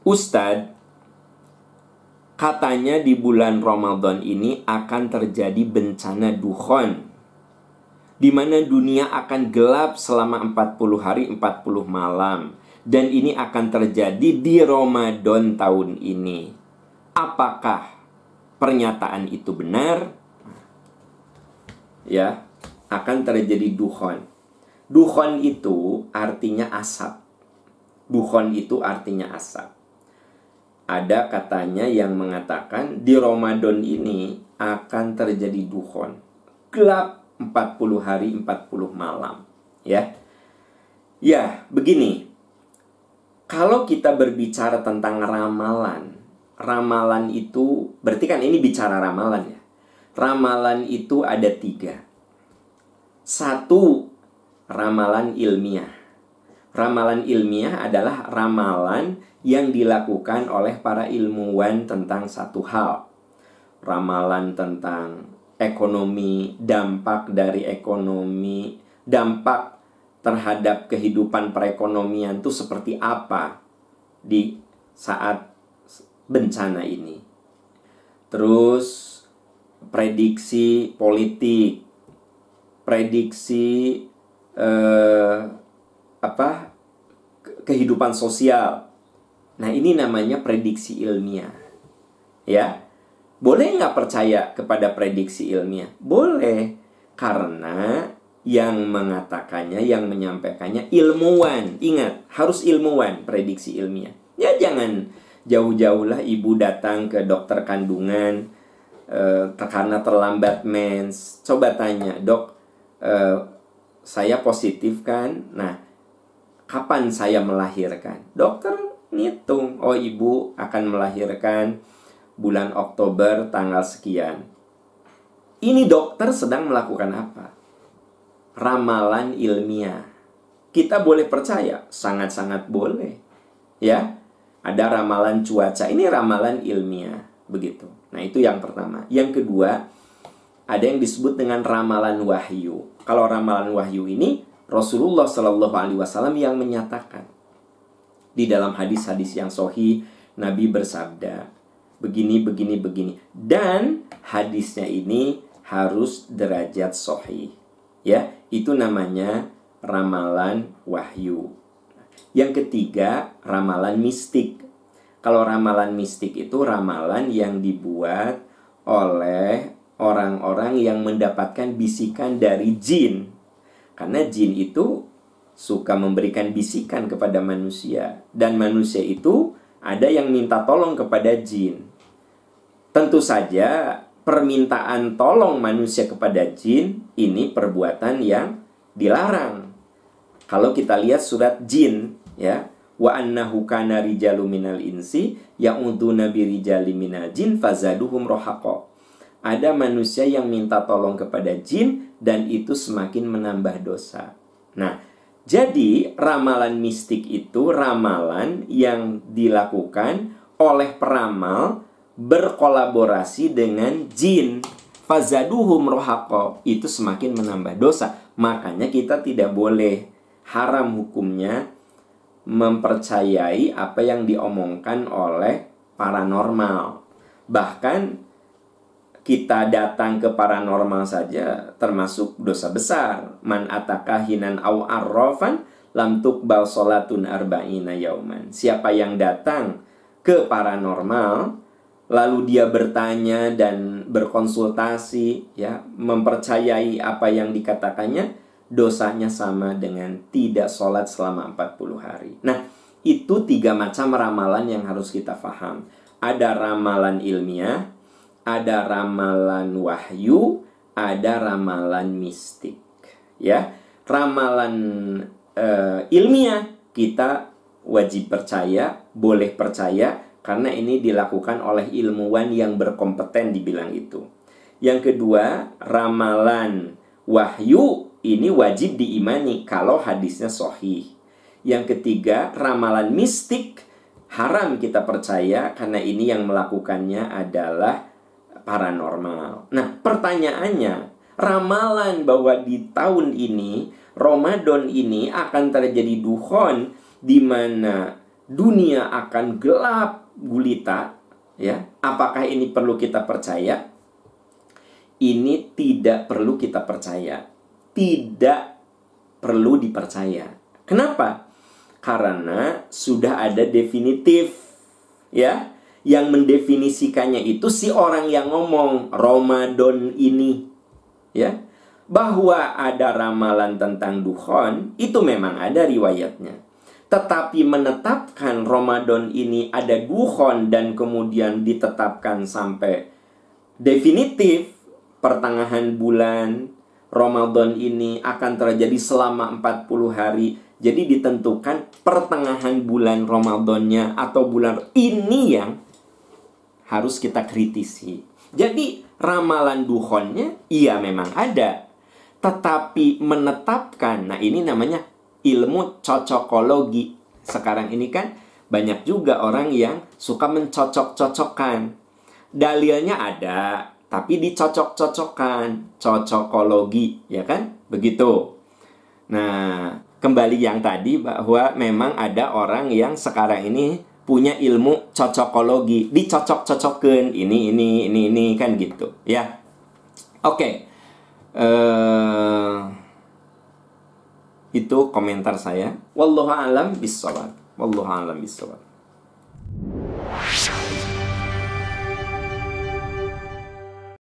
Ustadz, katanya di bulan Ramadan ini akan terjadi bencana dukhon, di mana dunia akan gelap selama 40 hari 40 malam. Dan ini akan terjadi di Ramadan tahun ini. Apakah pernyataan itu benar? Ya, akan terjadi dukhon. Dukhon itu artinya asap. Dukhon itu artinya asap. Ada katanya yang mengatakan di Ramadan ini akan terjadi dukhon. Gelap 40 hari 40 malam. Ya, begini. Kalau kita berbicara tentang ramalan, ramalan itu, berarti kan ini bicara ramalan ya. Ramalan itu ada 3. 1, ramalan ilmiah. Ramalan ilmiah adalah ramalan yang dilakukan oleh para ilmuwan tentang satu hal. Ramalan tentang ekonomi, dampak dari ekonomi, dampak terhadap kehidupan perekonomian itu seperti apa di saat bencana ini. Terus prediksi politik, prediksi kehidupan sosial. Nah, ini namanya prediksi ilmiah. Ya, boleh nggak percaya kepada prediksi ilmiah? Boleh, karena yang mengatakannya, yang menyampaikannya ilmuwan. Ingat, harus ilmuwan prediksi ilmiah. Ya, jangan jauh-jauh lah ibu datang ke dokter kandungan karena terlambat mens. Coba tanya, dok, saya positif kan? Nah, kapan saya melahirkan? Dokter ngitung, oh ibu akan melahirkan bulan Oktober tanggal sekian. Ini dokter sedang melakukan apa? Ramalan ilmiah. Kita boleh percaya? Sangat-sangat boleh. Ya, ada ramalan cuaca. Ini ramalan ilmiah. Begitu. Nah, itu yang pertama. Yang kedua, ada yang disebut dengan ramalan wahyu. Kalau ramalan wahyu ini, Rasulullah SAW yang menyatakan. Di dalam hadis-hadis yang sahih, Nabi bersabda, begini, begini, begini. Dan hadisnya ini harus derajat sahih. Ya, itu namanya ramalan wahyu. Yang ketiga, ramalan mistik. Kalau ramalan mistik itu ramalan yang dibuat oleh orang-orang yang mendapatkan bisikan dari jin. Karena jin itu suka memberikan bisikan kepada manusia. Dan manusia itu ada yang minta tolong kepada jin. Tentu saja permintaan tolong manusia kepada jin ini perbuatan yang dilarang. Kalau kita lihat surat jin, ya, wa annahu kana rijalu minal insi ya'uduna birijali minal jin fazaduhum rohaqa. Ada manusia yang minta tolong kepada jin dan itu semakin menambah dosa. Nah, jadi ramalan mistik itu ramalan yang dilakukan oleh peramal berkolaborasi dengan jin. Fazaduhum rohaqa, itu semakin menambah dosa. Makanya kita tidak boleh, haram hukumnya mempercayai apa yang diomongkan oleh paranormal. Bahkan kita datang ke paranormal saja termasuk dosa besar. Man atakahinan au arrafan lam tuqbal salatun arba'ina yauman. Siapa yang datang ke paranormal lalu dia bertanya dan berkonsultasi, ya, mempercayai apa yang dikatakannya, dosanya sama dengan tidak sholat selama 40 hari. Nah, itu 3 macam ramalan yang harus kita paham. Ada ramalan ilmiah, ada ramalan wahyu, ada ramalan mistik. Ya, ramalan ilmiah kita wajib percaya, boleh percaya, karena ini dilakukan oleh ilmuwan yang berkompeten dibilang itu. Yang kedua, ramalan wahyu ini wajib diimani kalau hadisnya sahih. Yang ketiga, ramalan mistik haram kita percaya karena ini yang melakukannya adalah paranormal. Nah, pertanyaannya, ramalan bahwa di tahun ini, Ramadan ini akan terjadi dukhon, di mana dunia akan gelap gulita, ya. Apakah ini perlu kita percaya? Ini tidak perlu kita percaya. Tidak perlu dipercaya. Kenapa? Karena sudah ada definitif, ya. Yang mendefinisikannya itu si orang yang ngomong Ramadan ini, ya. Bahwa ada ramalan tentang dukhon, itu memang ada riwayatnya. Tetapi menetapkan Ramadan ini ada dukhon dan kemudian ditetapkan sampai definitif, pertengahan bulan Ramadan ini akan terjadi selama 40 hari. Jadi ditentukan pertengahan bulan Ramadannya atau bulan ini yang harus kita kritisi. Jadi ramalan dukhonnya iya memang ada. Tetapi menetapkan, nah ini namanya ilmu cocokologi. Sekarang ini kan banyak juga orang yang suka mencocok-cocokkan. Dalilnya ada, tapi dicocok-cocokkan. Cocokologi, ya kan? Begitu. Nah, kembali yang tadi bahwa memang ada orang yang sekarang ini punya ilmu cocokologi, dicocok-cocokkan ini kan gitu, ya. Oke. Itu komentar saya. Wallahu a'lam bishawab.